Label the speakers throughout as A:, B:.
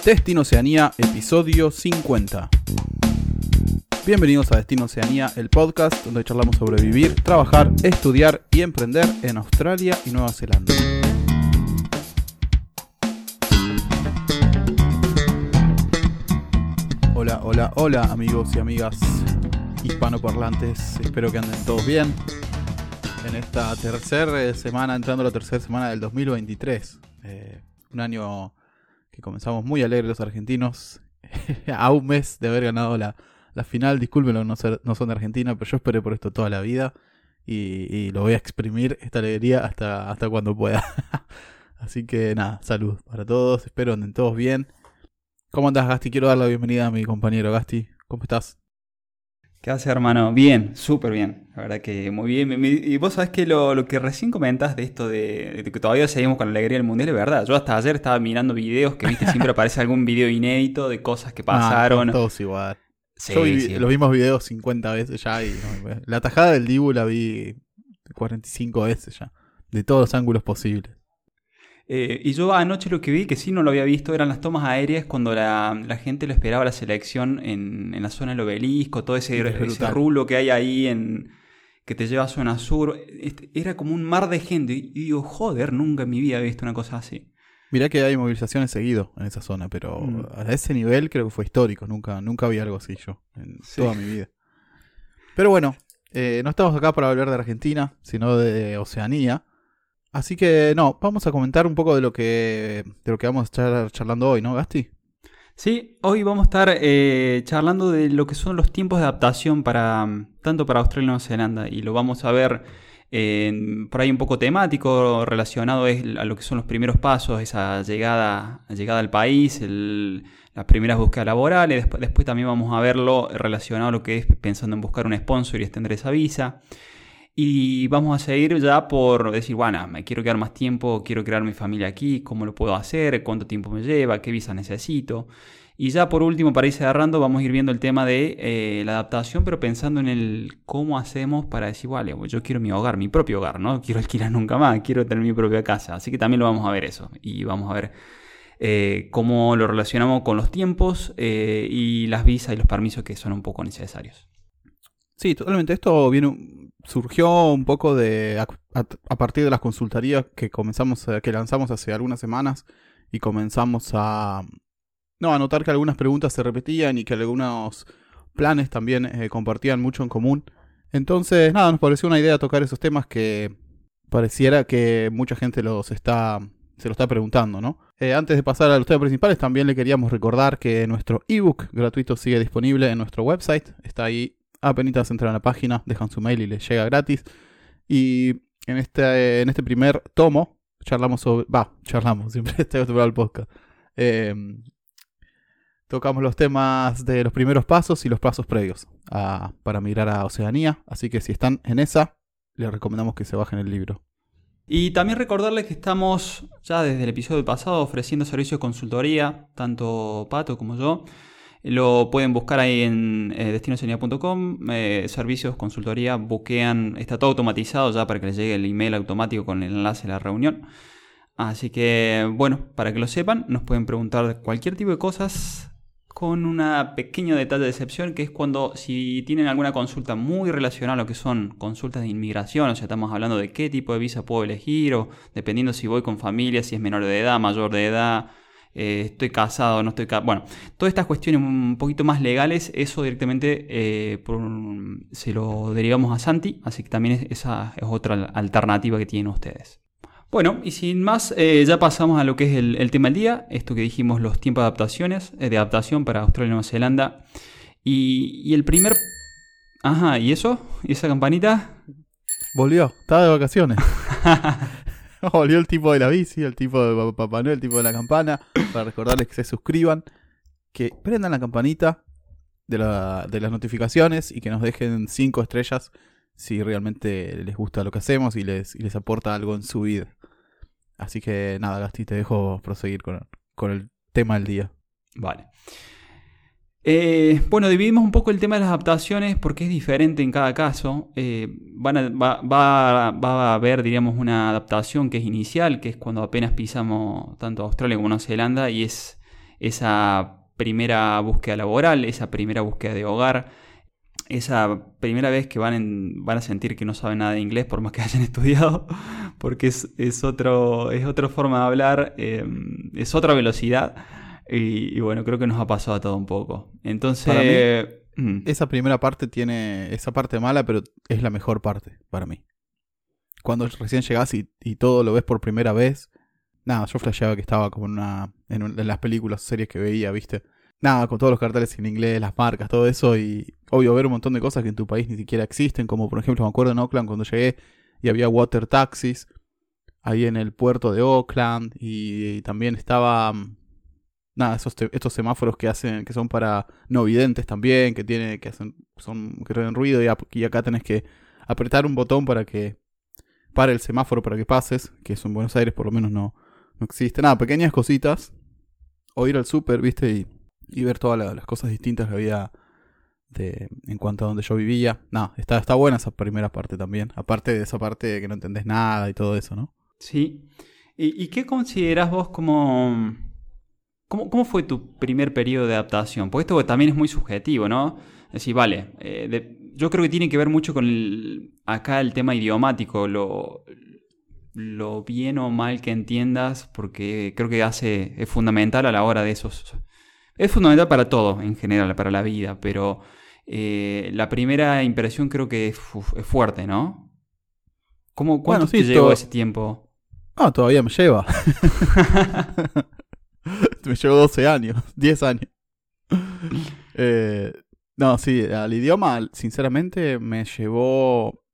A: Destino Oceanía, episodio 50. Bienvenidos a Destino Oceanía, el podcast donde charlamos sobre vivir, trabajar, estudiar y emprender en Australia y Nueva Zelanda. Hola amigos y amigas hispanoparlantes, espero que anden todos bien en esta tercera semana, entrando a la tercera semana del 2023. Un año que comenzamos muy alegres los argentinos, a un mes de haber ganado la final. Discúlpenlo, no son de Argentina, pero yo esperé por esto toda la vida y lo voy a exprimir, esta alegría, hasta cuando pueda. Así que nada, salud para todos, espero anden todos bien. ¿Cómo andás, Gasti? Quiero dar la bienvenida a mi compañero. Gasti, ¿cómo estás?
B: ¿Qué haces, hermano? Bien, súper bien. La verdad que muy bien. Y vos sabés que lo que recién comentás de esto de que todavía seguimos con la alegría del mundial, es verdad. Yo hasta ayer estaba mirando videos que, viste, siempre aparece algún video inédito de cosas que pasaron.
A: Todos igual.
B: Sí,
A: Yo vi
B: sí.
A: los mismos videos 50 veces ya. La tajada del Dibu la vi 45 veces ya. De todos los ángulos posibles.
B: Y yo anoche lo que vi, que sí no lo había visto, eran las tomas aéreas cuando la gente lo esperaba a la selección en la zona del obelisco, todo ese rulo que hay ahí que te lleva a zona sur. Era como un mar de gente. Y digo, joder, nunca en mi vida he visto una cosa así.
A: Mirá que hay movilizaciones seguido en esa zona, pero a ese nivel creo que fue histórico. Nunca vi algo así yo en toda mi vida. Pero bueno, no estamos acá para hablar de Argentina, sino de Oceanía. Así que vamos a comentar un poco de lo que vamos a estar charlando hoy, ¿no, Gasti?
B: Sí, hoy vamos a estar charlando de lo que son los tiempos de adaptación tanto para Australia y Nueva Zelanda. Y lo vamos a ver por ahí un poco temático, relacionado a lo que son los primeros pasos, esa llegada al país, las primeras búsquedas laborales. Después también vamos a verlo relacionado a lo que es pensando en buscar un sponsor y extender esa visa. Y vamos a seguir ya por decir, bueno, me quiero quedar más tiempo, quiero crear mi familia aquí, cómo lo puedo hacer, cuánto tiempo me lleva, qué visa necesito. Y ya por último, para ir cerrando, vamos a ir viendo el tema de la adaptación, pero pensando en el cómo hacemos para decir, vale, yo quiero mi hogar, mi propio hogar, no quiero alquilar nunca más, quiero tener mi propia casa. Así que también lo vamos a ver eso. Y vamos a ver cómo lo relacionamos con los tiempos y las visas y los permisos que son un poco necesarios.
A: Sí, totalmente. Esto surgió un poco a partir de las consultorías que lanzamos hace algunas semanas y comenzamos a notar que algunas preguntas se repetían y que algunos planes también compartían mucho en común. Entonces, nos pareció una idea tocar esos temas que pareciera que mucha gente se lo está preguntando, ¿no? Antes de pasar a los temas principales, también le queríamos recordar que nuestro ebook gratuito sigue disponible en nuestro website. Está ahí. Apenitas entran a la página, dejan su mail y les llega gratis. Y en este primer tomo siempre estoy acostumbrado al podcast. Tocamos los temas de los primeros pasos y los pasos previos para migrar a Oceanía. Así que si están en esa, les recomendamos que se bajen el libro.
B: Y también recordarles que estamos ya desde el episodio pasado ofreciendo servicios de consultoría, tanto Pato como yo. Lo pueden buscar ahí en destinoceanía.com, servicios, consultoría, buquean, está todo automatizado ya para que les llegue el email automático con el enlace a la reunión. Así que, bueno, para que lo sepan, nos pueden preguntar cualquier tipo de cosas con una pequeño detalle de excepción, que es cuando si tienen alguna consulta muy relacionada a lo que son consultas de inmigración, o sea, estamos hablando de qué tipo de visa puedo elegir, o dependiendo si voy con familia, si es menor de edad, mayor de edad, estoy casado, no estoy casado. Bueno, todas estas cuestiones un poquito más legales, eso directamente se lo derivamos a Santi, así que también esa es otra alternativa que tienen ustedes. Bueno, y sin más, ya pasamos a lo que es el tema del día, esto que dijimos, los tiempos de adaptación para Australia y Nueva Zelanda. Y el primer... Ajá, ¿y eso? ¿Y esa campanita?
A: Volvió, estaba de vacaciones. Volvió el tipo de la bici, el tipo de Papá Noel, el tipo de la campana. Para recordarles que se suscriban, que prendan la campanita de las notificaciones y que nos dejen 5 estrellas si realmente les gusta lo que hacemos y les aporta algo en su vida. Así que nada, Gasti, te dejo proseguir con el tema del día.
B: Vale. Bueno, dividimos un poco el tema de las adaptaciones porque es diferente en cada caso. Va a haber, diríamos, una adaptación que es inicial, que es cuando apenas pisamos tanto Australia como Nueva Zelanda, y es esa primera búsqueda laboral, esa primera búsqueda de hogar, esa primera vez que van a sentir que no saben nada de inglés por más que hayan estudiado, porque es otra forma de hablar, es otra velocidad y bueno, creo que nos ha pasado a todo un poco.
A: Para mí,
B: Entonces,
A: esa primera parte tiene esa parte mala, pero es la mejor parte para mí. Cuando recién llegás y todo lo ves por primera vez, nada, yo flasheaba que estaba como en las películas, series que veía, ¿viste? Nada, con todos los carteles en inglés, las marcas, todo eso, y obvio ver un montón de cosas que en tu país ni siquiera existen, como por ejemplo me acuerdo en Auckland cuando llegué y había water taxis ahí en el puerto de Auckland y también estaba nada, estos semáforos que son para no videntes también, que hacen ruido y acá tenés que apretar un botón para que pare el semáforo para que pases, que eso en Buenos Aires por lo menos no existe. Nada, pequeñas cositas, o ir al súper, ¿viste? Y ver todas las cosas distintas que había en cuanto a donde yo vivía. No, está buena esa primera parte también. Aparte de esa parte de que no entendés nada y todo eso, ¿no?
B: sí. ¿Y qué considerás vos como... ¿Cómo fue tu primer periodo de adaptación? Porque esto también es muy subjetivo, ¿no? Es decir, vale, yo creo que tiene que ver mucho con acá el tema idiomático, lo bien o mal que entiendas, porque creo que es fundamental a la hora de esos... Es fundamental para todo, en general, para la vida, pero la primera impresión creo que es fuerte, ¿no? ¿Cuánto
A: Bueno,
B: te
A: sí,
B: llevó ese tiempo?
A: no, todavía me lleva. Me llevó 12 años, 10 años. Eh, no, sí, al idioma, sinceramente, me llevó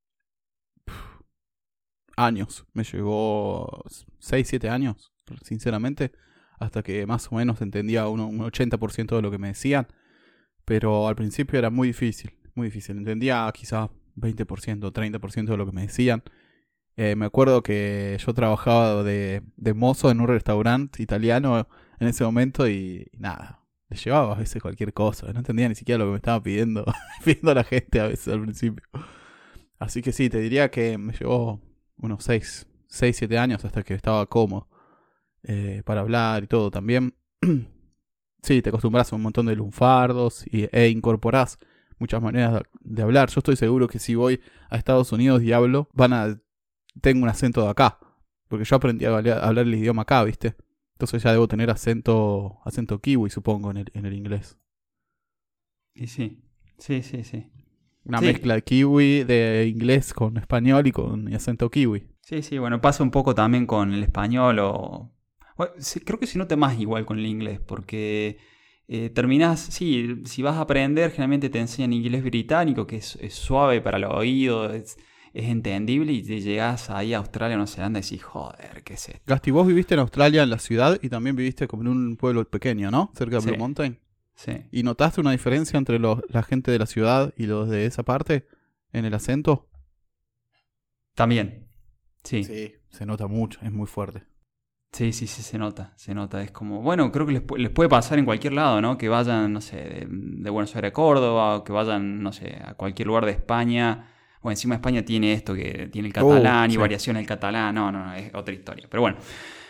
A: años. Me llevó 6 7 años, sinceramente, hasta que más o menos entendía un 80% de lo que me decían. Pero al principio era muy difícil, muy difícil. Entendía quizás 20%, 30% de lo que me decían. Me acuerdo que yo trabajaba de mozo en un restaurante italiano en ese momento y nada, le llevaba a veces cualquier cosa. No entendía ni siquiera lo que me estaba pidiendo, pidiendo a la gente a veces al principio. Así que sí, te diría que me llevó unos 7 años hasta que estaba cómodo para hablar y todo también. Sí, te acostumbras a un montón de lunfardos e incorporás muchas maneras de hablar. Yo estoy seguro que si voy a Estados Unidos y hablo, tengo un acento de acá. Porque yo aprendí a hablar el idioma acá, ¿viste? Entonces ya debo tener acento kiwi, supongo, en el inglés.
B: Y sí, sí, sí, sí.
A: Una
B: Sí,
A: mezcla de kiwi, de inglés con español y acento kiwi.
B: sí, sí, bueno, pasa un poco también con el español o... Bueno, sí, creo que se nota más igual con el inglés, porque terminás, sí, si vas a aprender, generalmente te enseñan inglés británico, que es suave para el oído, es entendible, y te llegás ahí a Australia, Nueva Zelanda, y decís, joder, ¿qué es esto?
A: Gasti, vos viviste en Australia, en la ciudad, y también viviste como en un pueblo pequeño, ¿no? Cerca de
B: Sí,
A: Blue Mountain.
B: sí.
A: ¿Y notaste una diferencia entre la gente de la ciudad y los de esa parte en el acento?
B: También, sí.
A: Sí, se nota mucho, es muy fuerte.
B: Sí, sí, sí, se nota, se nota. Es como, bueno, creo que les puede pasar en cualquier lado, ¿no? Que vayan, no sé, de Buenos Aires a Córdoba, o que vayan, no sé, a cualquier lugar de España. Bueno, encima España tiene esto, que tiene el catalán y
A: Sí.
B: variación del catalán. No, es otra historia. Pero bueno,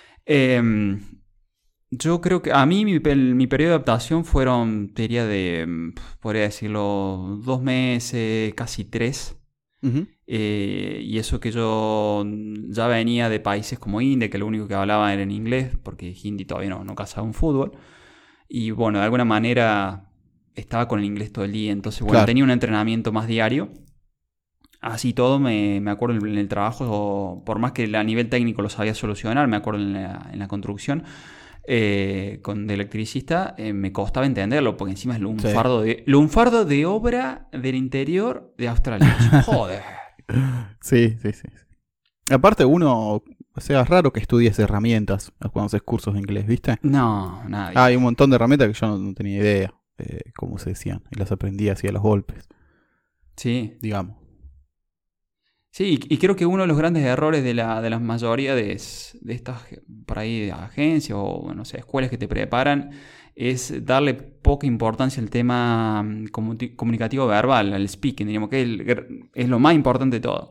B: yo creo que a mí mi periodo de adaptación fueron, te diría podría decirlo, 2 meses, casi 3.
A: Ujú.
B: Y eso que yo ya venía de países como India, que lo único que hablaba era en inglés, porque hindi todavía no casaba un fútbol. Y bueno, de alguna manera estaba con el inglés todo el día, entonces bueno,
A: Claro.
B: tenía un entrenamiento más diario. Así todo, me acuerdo en el trabajo, por más que a nivel técnico lo sabía solucionar, me acuerdo en la construcción, de electricista, me costaba entenderlo, porque encima es
A: Sí.
B: lunfardo de obra del interior de Australia. Joder.
A: Sí. Aparte uno, o sea, es raro que estudies herramientas cuando haces cursos de inglés, ¿viste?
B: No, nadie.
A: Hay un montón de herramientas que yo no tenía idea cómo se decían. Y las aprendí así a los golpes,
B: Sí,
A: digamos.
B: sí, y creo que uno de los grandes errores de la mayoría de estas por ahí de agencias o no sé, escuelas que te preparan es darle poca importancia al tema comunicativo verbal, al speaking, diríamos que es lo más importante de todo.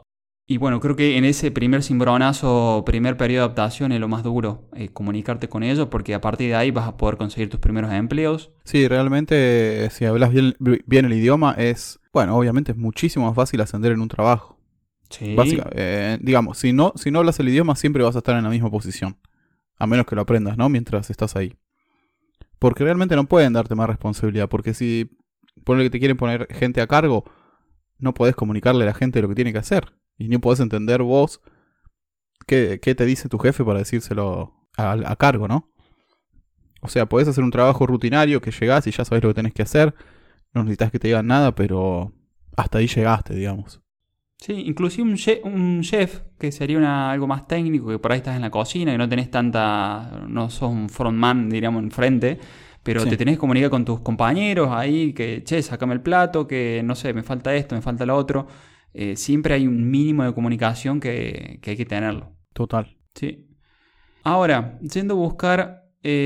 B: Y bueno, creo que en ese primer cimbronazo, primer periodo de adaptación es lo más duro, comunicarte con ellos, porque a partir de ahí vas a poder conseguir tus primeros empleos.
A: Sí, realmente si hablas bien el idioma bueno, obviamente es muchísimo más fácil ascender en un trabajo.
B: Sí.
A: Digamos, si no hablas el idioma siempre vas a estar en la misma posición. A menos que lo aprendas, ¿no? Mientras estás ahí. Porque realmente no pueden darte más responsabilidad. Porque si ponle que te quieren poner gente a cargo, no podés comunicarle a la gente lo que tiene que hacer. Y ni podés entender vos qué te dice tu jefe para decírselo a cargo, ¿no? O sea, podés hacer un trabajo rutinario que llegás y ya sabés lo que tenés que hacer. No necesitas que te digan nada, pero hasta ahí llegaste, digamos.
B: Sí, inclusive un chef, que sería algo más técnico, que por ahí estás en la cocina, que no tenés no sos un frontman, diríamos, enfrente, pero
A: Sí,
B: te tenés que comunicar con tus compañeros ahí, que, che, sácame el plato, que no sé, me falta esto, me falta lo otro. Siempre hay un mínimo de comunicación que hay que tenerlo.
A: total.
B: Sí. Ahora, yendo a buscar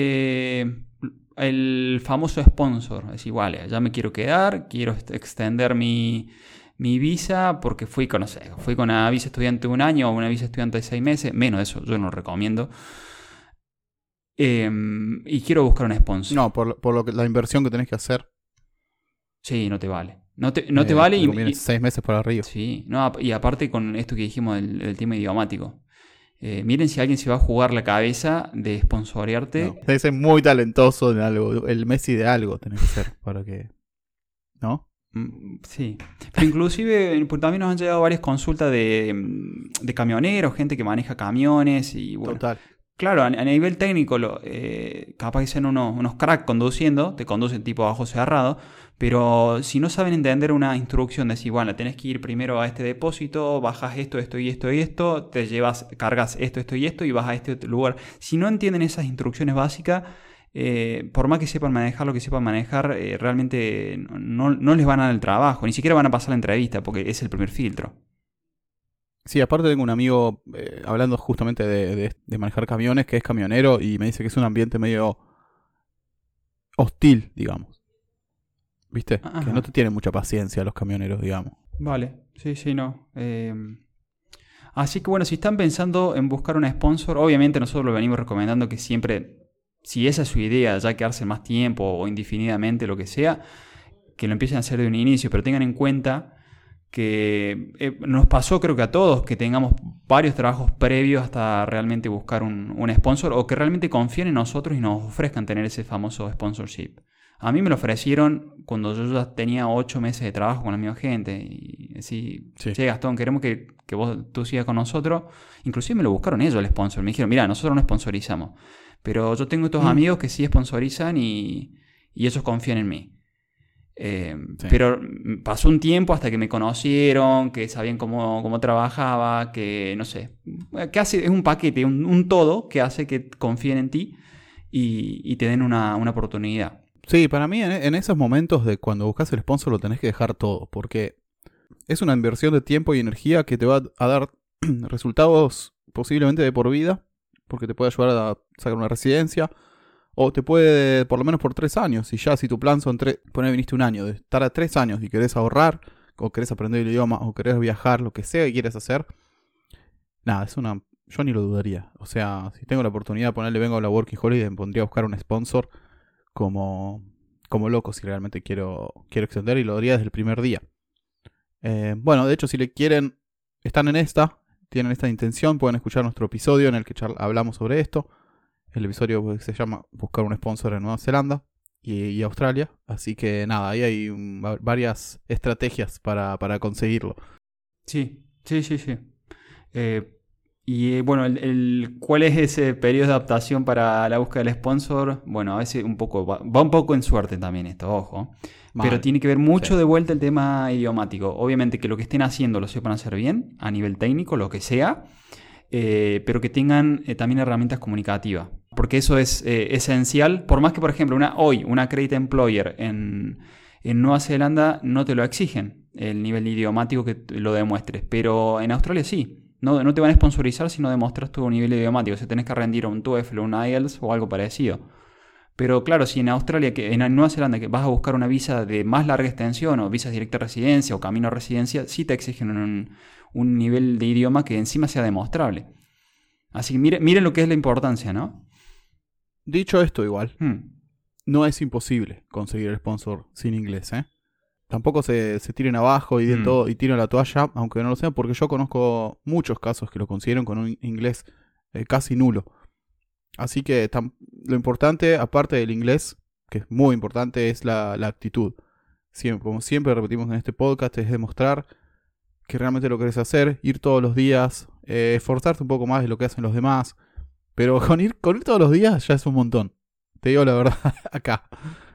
B: el famoso sponsor, es igual, ya me quiero quedar, quiero extender mi visa porque no sé, fui con una visa estudiante de un año o una visa estudiante de 6 meses, menos de eso, yo no lo recomiendo. Y quiero buscar un sponsor.
A: No, por la inversión que tenés que hacer,
B: Sí, no te vale. No te vale
A: te conviene 6 meses para arriba.
B: sí, no, y aparte con esto que dijimos del tema idiomático. Miren si alguien se va a jugar la cabeza de sponsorearte.
A: No. Tenés que ser muy talentoso en algo. El Messi de algo tenés que ser para que. ¿No?
B: Sí, pero inclusive pues, también nos han llegado varias consultas de camioneros, gente que maneja camiones y bueno,
A: Total.
B: claro, a nivel técnico capaz que sean unos cracks conduciendo, te conducen tipo a ojo cerrado, pero si no saben entender una instrucción de decir, bueno, tenés que ir primero a este depósito, bajas esto, esto y esto y esto, cargas esto y esto y vas a este otro lugar. Si no entienden esas instrucciones básicas, por más que sepan manejar lo que sepan manejar, realmente no les van a dar el trabajo, ni siquiera van a pasar la entrevista porque es el primer filtro.
A: Sí, aparte tengo un amigo hablando justamente de manejar camiones, que es camionero, y me dice que es un ambiente medio hostil, digamos. ¿Viste? Que no
B: Ajá.
A: te tienen mucha paciencia los camioneros, digamos.
B: Vale, sí, sí, no. Así que bueno, si están pensando en buscar un sponsor, obviamente nosotros lo venimos recomendando que siempre, si esa es su idea, ya quedarse más tiempo o indefinidamente, lo que sea, que lo empiecen a hacer de un inicio, pero tengan en cuenta que nos pasó creo que a todos que tengamos varios trabajos previos hasta realmente buscar un sponsor o que realmente confíen en nosotros y nos ofrezcan tener ese famoso sponsorship. A mí me lo ofrecieron cuando yo ya tenía 8 meses de trabajo con la misma gente y así,
A: Sí.
B: che Gastón, queremos que tú sigas con nosotros. Inclusive me lo buscaron ellos el sponsor, me dijeron, mira, nosotros no sponsorizamos, pero yo tengo estos amigos que sí sponsorizan y ellos confían en mí.
A: Sí.
B: Pero pasó un tiempo hasta que me conocieron, que sabían cómo trabajaba, que no sé, es un paquete, un todo que hace que confíen en ti y te den una oportunidad.
A: Sí, para mí en esos momentos de cuando buscas el sponsor lo tenés que dejar todo, porque es una inversión de tiempo y energía que te va a dar resultados posiblemente de por vida, porque te puede ayudar a sacar una residencia, o te puede, por lo menos por 3 años, y ya si tu plan son viniste un año, de estar a 3 años y querés ahorrar, o querés aprender el idioma, o querés viajar, lo que sea que quieras hacer, nada, yo ni lo dudaría. O sea, si tengo la oportunidad de ponerle vengo a la Working Holiday, me pondría a buscar un sponsor como, como loco si realmente quiero extender y lo haría desde el primer día. Bueno, de hecho, si le quieren, tienen esta intención, pueden escuchar nuestro episodio en el que hablamos sobre esto. El episodio se llama Buscar un sponsor en Nueva Zelanda y Australia. Así que nada, ahí hay varias estrategias para conseguirlo.
B: Sí, sí, sí, sí. Bueno, ¿cuál es ese periodo de adaptación para la búsqueda del sponsor? Bueno, a veces va un poco en suerte también esto, ojo. Pero tiene que ver mucho
A: Sí.
B: de vuelta el tema idiomático. Obviamente que lo que estén haciendo lo sepan hacer bien, a nivel técnico, lo que sea, pero que tengan también herramientas comunicativas. Porque eso es esencial. Por más que, por ejemplo, una Accredited Employer en Nueva Zelanda no te lo exigen, el nivel idiomático que lo demuestres. Pero en Australia sí. No te van a sponsorizar si no demuestras tu nivel idiomático. O sea, tenés que rendir un TOEFL o un IELTS o algo parecido. Pero claro, si en Australia, en Nueva Zelanda, que vas a buscar una visa de más larga extensión o visas directa a residencia o camino a residencia, sí te exigen un nivel de idioma que encima sea demostrable. Así que miren lo que es la importancia, ¿no?
A: Dicho esto, igual,
B: Hmm.
A: no es imposible conseguir el sponsor sin inglés, ¿eh? Tampoco se tiren abajo y den todo y tiren la toalla, aunque no lo sean, porque yo conozco muchos casos que lo consiguieron con un inglés casi nulo. Así que lo importante, aparte del inglés, que es muy importante, es la actitud. Como siempre repetimos en este podcast, es demostrar que realmente lo querés hacer, ir todos los días, esforzarte un poco más de lo que hacen los demás. Pero con ir todos los días ya es un montón. Te digo la verdad acá.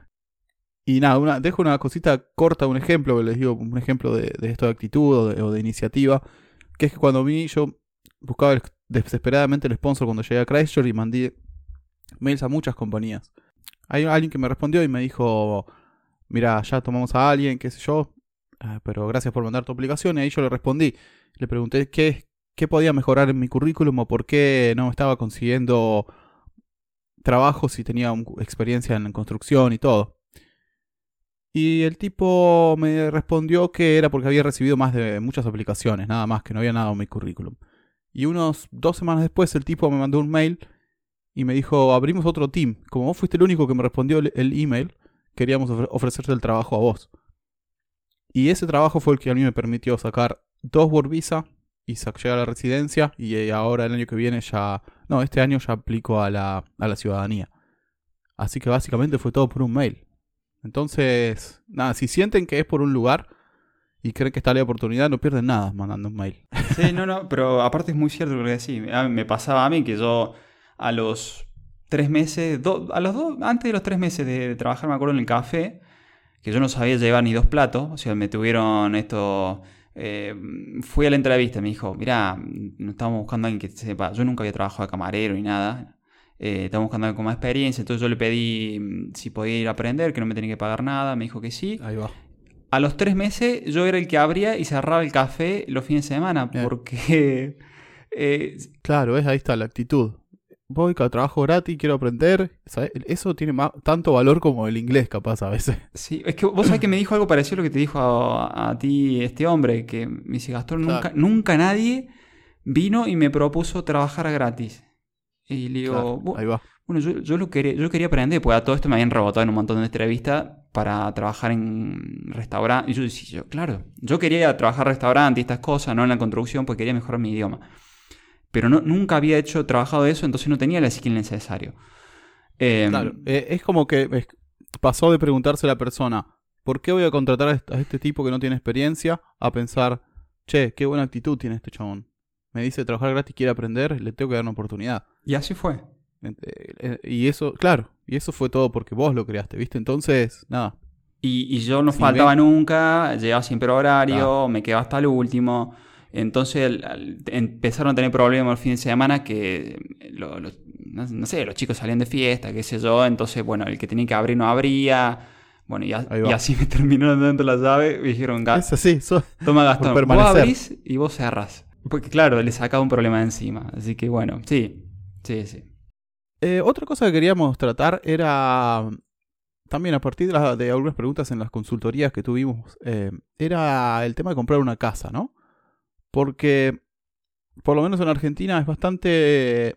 A: Y nada, dejo una cosita corta, un ejemplo, les digo un ejemplo de esto de actitud o de iniciativa, que es que cuando yo buscaba desesperadamente el sponsor cuando llegué a Christchurch y mandé mails a muchas compañías. Hay alguien que me respondió y me dijo, mira, ya tomamos a alguien, qué sé yo, pero gracias por mandar tu aplicación. Y ahí yo le respondí, le pregunté qué podía mejorar en mi currículum o por qué no me estaba consiguiendo trabajo si tenía experiencia en construcción y todo. Y el tipo me respondió que era porque había recibido muchas aplicaciones, nada más, que no había nada en mi currículum. Y unos 2 semanas después el tipo me mandó un mail y me dijo, abrimos otro team. Como vos fuiste el único que me respondió el email, queríamos ofrecerte el trabajo a vos. Y ese trabajo fue el que a mí me permitió sacar 2 Work Visa y llegar a la residencia. Y ahora el año que viene este año ya aplico a la ciudadanía. Así que básicamente fue todo por un mail. Entonces, nada, si sienten que es por un lugar y creen que está la oportunidad, no pierden nada mandando un mail.
B: Sí, no, pero aparte es muy cierto lo que decís. Me pasaba a mí que yo a los 3 meses, antes de los 3 meses de trabajar, me acuerdo en el café, que yo no sabía llevar ni 2 platos, o sea, me tuvieron esto... fui a la entrevista, me dijo, mirá, no estamos buscando a alguien que sepa, yo nunca había trabajado de camarero ni nada, estamos buscando a alguien con más experiencia, entonces yo le pedí si podía ir a aprender, que no me tenía que pagar nada, me dijo que sí.
A: Ahí va.
B: A los 3 meses yo era el que abría y cerraba el café los fines de semana, porque...
A: Claro, ahí está la actitud. Voy a trabajo gratis, quiero aprender. ¿Sabes? Eso tiene tanto valor como el inglés, capaz, a veces.
B: Sí, es que vos sabés que me dijo algo parecido a lo que te dijo a ti este hombre, que me dice, Gastón,
A: Claro.
B: nunca nadie vino y me propuso trabajar gratis. Y le digo,
A: Claro, ahí va.
B: bueno, yo quería aprender, porque a todo esto me habían rebotado en un montón de entrevistas para trabajar en restaurante. Y yo decía, claro, yo quería trabajar en restaurante y estas cosas, no en la construcción, porque quería mejorar mi idioma. Pero nunca había trabajado de eso, entonces no tenía el skill necesario.
A: Claro, es como que pasó de preguntarse a la persona, ¿por qué voy a contratar a este tipo que no tiene experiencia? A pensar, che, qué buena actitud tiene este chabón. Me dice trabajar gratis, quiere aprender, le tengo que dar una oportunidad.
B: Y así fue.
A: Y eso, claro, y eso fue todo porque vos lo creaste, ¿viste? Entonces, nada.
B: Y yo no faltaba nunca, llegaba siempre a horario, me quedaba hasta el último. Entonces empezaron a tener problemas el fin de semana que, no sé, los chicos salían de fiesta, qué sé yo. Entonces, bueno, el que tenía que abrir no abría. Bueno, y así me terminaron dando la llave y dijeron,
A: es así,
B: toma Gastón, vos abrís y vos cerrás. Porque claro, le sacaba un problema de encima. Así que bueno, sí.
A: Otra cosa que queríamos tratar era... También a partir de algunas preguntas en las consultorías que tuvimos, era el tema de comprar una casa, ¿no? Porque, por lo menos en Argentina, es bastante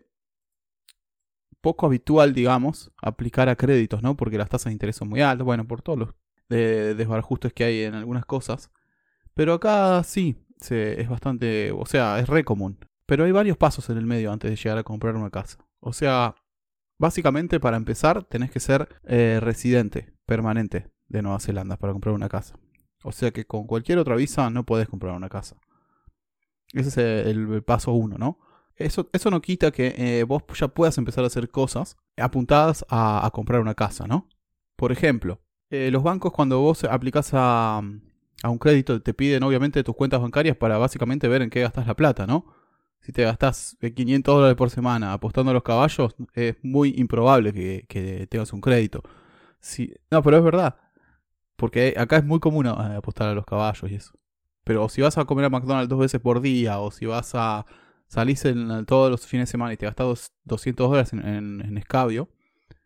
A: poco habitual, digamos, aplicar a créditos, ¿no? Porque las tasas de interés son muy altas, bueno, por todos los desbarajustes que hay en algunas cosas. Pero acá sí, es bastante, o sea, es re común. Pero hay varios pasos en el medio antes de llegar a comprar una casa. O sea... Básicamente, para empezar, tenés que ser residente permanente de Nueva Zelanda para comprar una casa. O sea que con cualquier otra visa no podés comprar una casa. Ese es el paso 1, ¿no? Eso no quita que vos ya puedas empezar a hacer cosas apuntadas a comprar una casa, ¿no? Por ejemplo, los bancos cuando vos aplicás a un crédito te piden obviamente tus cuentas bancarias para básicamente ver en qué gastás la plata, ¿no? Si te gastás $500 por semana apostando a los caballos, es muy improbable que tengas un crédito. No, pero es verdad. Porque acá es muy común apostar a los caballos y eso. Pero si vas a comer a McDonald's 2 veces por día, o si vas a salir todos los fines de semana y te gastas $200 en escabio,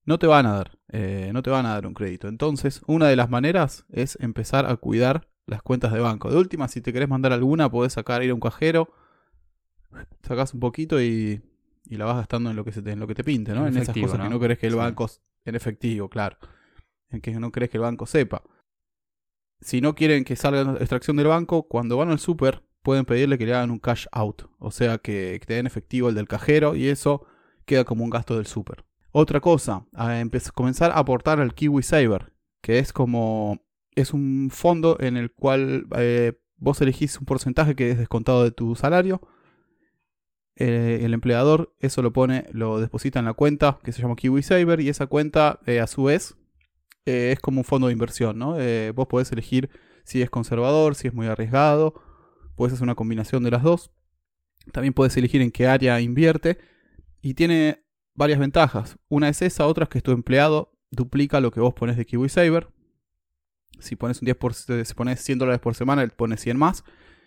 A: no te van a dar. No te van a dar un crédito. Entonces, una de las maneras es empezar a cuidar las cuentas de banco. De última, si te querés mandar alguna, podés ir a un cajero, sacás un poquito y la vas gastando en lo que te pinte, ¿no? En esas
B: efectivo,
A: cosas
B: ¿no?
A: que no querés que el
B: Sí.
A: banco, en efectivo, claro, en que no querés que el banco sepa. Si no quieren que salga la extracción del banco, cuando van al súper pueden pedirle que le hagan un cash out, o sea que te den efectivo el del cajero y eso queda como un gasto del súper. Otra cosa, comenzar a aportar al KiwiSaver, que es un fondo en el cual vos elegís un porcentaje que es descontado de tu salario. El empleador eso lo deposita en la cuenta que se llama KiwiSaver y esa cuenta a su vez es como un fondo de inversión, ¿no? Vos podés elegir si es conservador, si es muy arriesgado, podés hacer una combinación de las dos. También podés elegir en qué área invierte y tiene varias ventajas. Una es esa, otra es que tu empleado duplica lo que vos pones de KiwiSaver. Si pones si pones $100 por semana, él pone 100 más.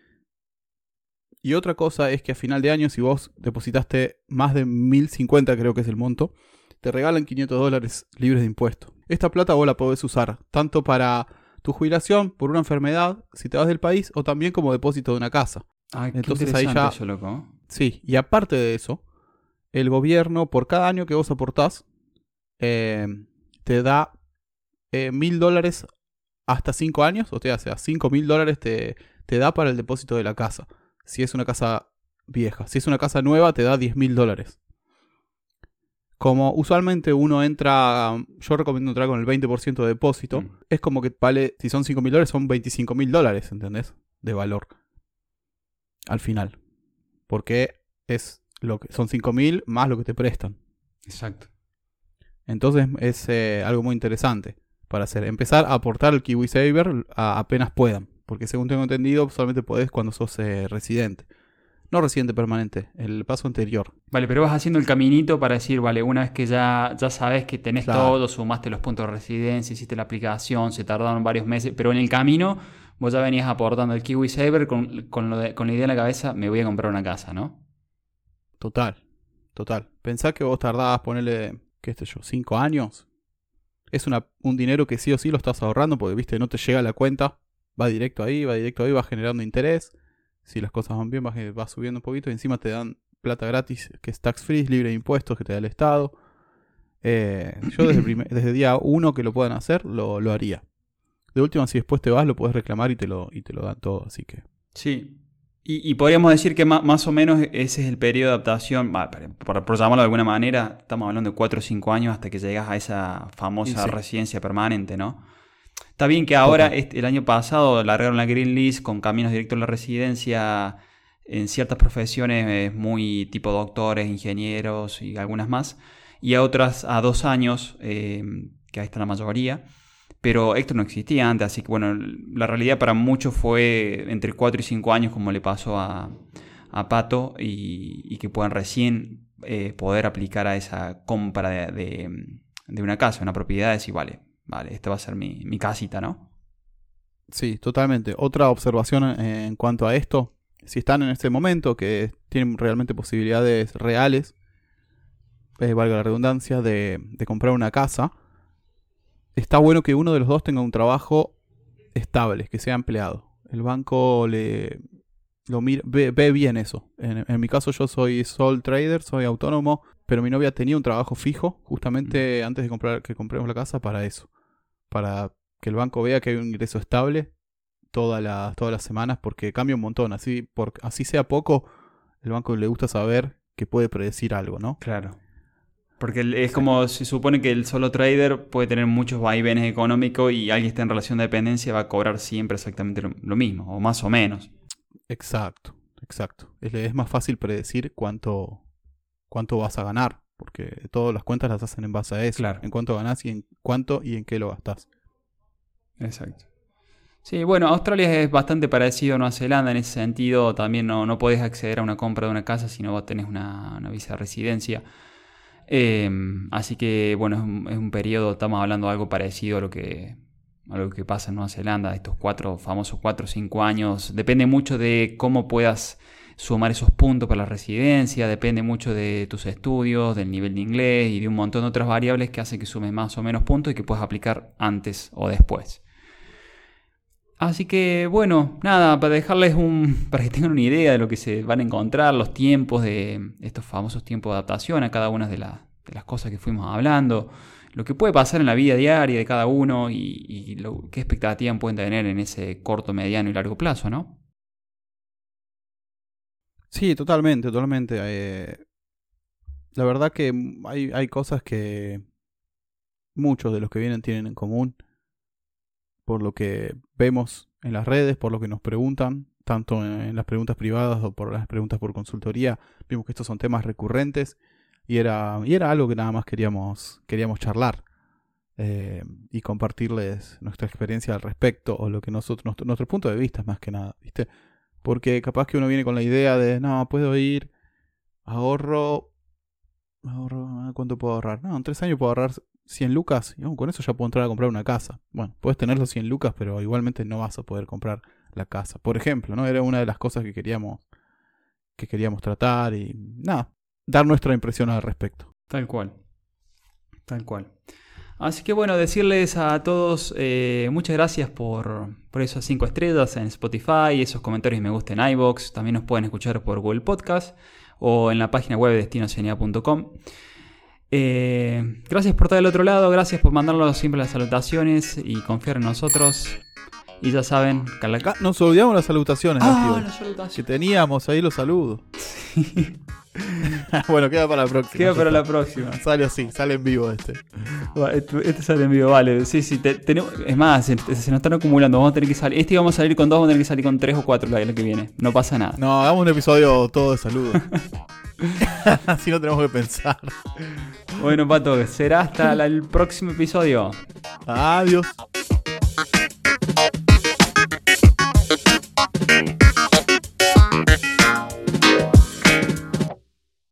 A: Y otra cosa es que a final de año, si vos depositaste más de 1.050, creo que es el monto, te regalan $500 libres de impuestos. Esta plata vos la podés usar tanto para tu jubilación, por una enfermedad, si te vas del país, o también como depósito de una casa.
B: Ay, qué
A: Entonces ahí
B: interesante
A: ya...
B: eso, loco.
A: Sí, y aparte de eso, el gobierno, por cada año que vos aportás, te da $1.000 hasta 5 años, o sea, $5.000 te da para el depósito de la casa. Si es una casa vieja. Si es una casa nueva, te da $10.000. Como usualmente uno entra, yo recomiendo entrar con el 20% de depósito, es como que vale, si son $5.000, son $25.000, ¿entendés? De valor. Al final. Porque son 5.000 más lo que te prestan.
B: Exacto.
A: Entonces es algo muy interesante para hacer. Empezar a aportar el KiwiSaver apenas puedan. Porque según tengo entendido, solamente podés cuando sos residente. No residente permanente, el paso anterior.
B: Vale, pero vas haciendo el caminito para decir, vale, una vez que ya sabes que tenés
A: Claro.
B: todo, sumaste los puntos de residencia, hiciste la aplicación, se tardaron varios meses, pero en el camino vos ya venías aportando el KiwiSaver con la idea en la cabeza, me voy a comprar una casa, ¿no?
A: Total. Pensá que vos tardabas, ponerle, qué sé yo, 5 años. Es un dinero que sí o sí lo estás ahorrando porque, viste, no te llega a la cuenta. Va directo ahí, va generando interés. Si las cosas van bien, va subiendo un poquito y encima te dan plata gratis, que es tax free, libre de impuestos, que te da el Estado. Yo desde día 1 que lo puedan hacer, lo haría. De última, si después te vas, lo puedes reclamar y te lo dan todo, así que...
B: Sí. Y podríamos decir que más o menos ese es el periodo de adaptación, por llamarlo de alguna manera, estamos hablando de 4 o 5 años hasta que llegas a esa famosa residencia permanente, ¿no? Está bien que ahora, el año pasado, largaron la Green List con caminos directos a la residencia en ciertas profesiones muy tipo doctores, ingenieros y algunas más, y a otras a 2 años, que ahí está la mayoría. Pero esto no existía antes, así que bueno, la realidad para muchos fue entre 4 y 5 años como le pasó a Pato y que puedan recién poder aplicar a esa compra de una casa, una propiedad, decir, vale, esta va a ser mi casita, ¿no?
A: Sí, totalmente. Otra observación en cuanto a esto, si están en este momento que tienen realmente posibilidades reales, valga la redundancia, de comprar una casa, está bueno que uno de los dos tenga un trabajo estable, que sea empleado. El banco ve bien eso. En mi caso yo soy sole trader, soy autónomo, pero mi novia tenía un trabajo fijo justamente antes de que compremos la casa para eso. Para que el banco vea que hay un ingreso estable todas las semanas, porque cambia un montón. Así sea poco, el banco le gusta saber que puede predecir algo, ¿no?
B: Claro. Porque es como se supone que el solo trader puede tener muchos vaivenes económicos y alguien está en relación de dependencia va a cobrar siempre exactamente lo mismo, o más o menos.
A: Exacto. Es más fácil predecir cuánto vas a ganar, porque todas las cuentas las hacen en base a eso.
B: Claro.
A: En cuánto ganás y en cuánto y en qué lo gastás.
B: Exacto. Sí, bueno, Australia es bastante parecido a Nueva Zelanda en ese sentido. También no podés acceder a una compra de una casa si no vos tenés una visa de residencia. Así que, bueno, es un periodo, estamos hablando de algo parecido a lo que pasa en Nueva Zelanda, estos famosos 4 o 5 años. Depende mucho de cómo puedas sumar esos puntos para la residencia, depende mucho de tus estudios, del nivel de inglés y de un montón de otras variables que hacen que sumes más o menos puntos y que puedas aplicar antes o después. Así que bueno, nada, para dejarles para que tengan una idea de lo que se van a encontrar, los tiempos de estos famosos tiempos de adaptación a cada una de las cosas que fuimos hablando, lo que puede pasar en la vida diaria de cada uno y qué expectativas pueden tener en ese corto, mediano y largo plazo, ¿no?
A: Sí, totalmente. La verdad que hay cosas que muchos de los que vienen tienen en común, por lo que vemos en las redes, por lo que nos preguntan, tanto en las preguntas privadas o por las preguntas por consultoría. Vimos que estos son temas recurrentes y era algo que nada más queríamos charlar y compartirles nuestra experiencia al respecto, o lo que nuestro punto de vista más que nada, ¿viste? Porque capaz que uno viene con la idea de, no, puedo ir, ahorro, ¿cuánto puedo ahorrar? No, en 3 años puedo ahorrar 100 lucas, y con eso ya puedo entrar a comprar una casa. Bueno, puedes tener los 100 lucas, pero igualmente no vas a poder comprar la casa. Por ejemplo, ¿no? Era una de las cosas que queríamos tratar y nada, dar nuestra impresión al respecto.
B: Tal cual. Así que bueno, decirles a todos muchas gracias por esas 5 estrellas en Spotify, esos comentarios y me gusta en iVoox. También nos pueden escuchar por Google Podcast o en la página web de destinoceania.com. Gracias por estar del otro lado, gracias por mandarnos siempre las salutaciones y confiar en nosotros. Y ya saben,
A: acá nos olvidamos las salutaciones,
B: las salutaciones
A: que teníamos ahí los saludos. Bueno, queda para la próxima. Sale así, sale en vivo este.
B: Este sale en vivo, vale. Sí, es más, se nos están acumulando. Vamos a tener que salir. Íbamos a salir con 2, vamos a tener que salir con 3 o 4 la que viene. No pasa nada.
A: No, hagamos un episodio todo de saludos. Así no tenemos que pensar.
B: Bueno, Pato, será hasta el próximo episodio.
A: Adiós.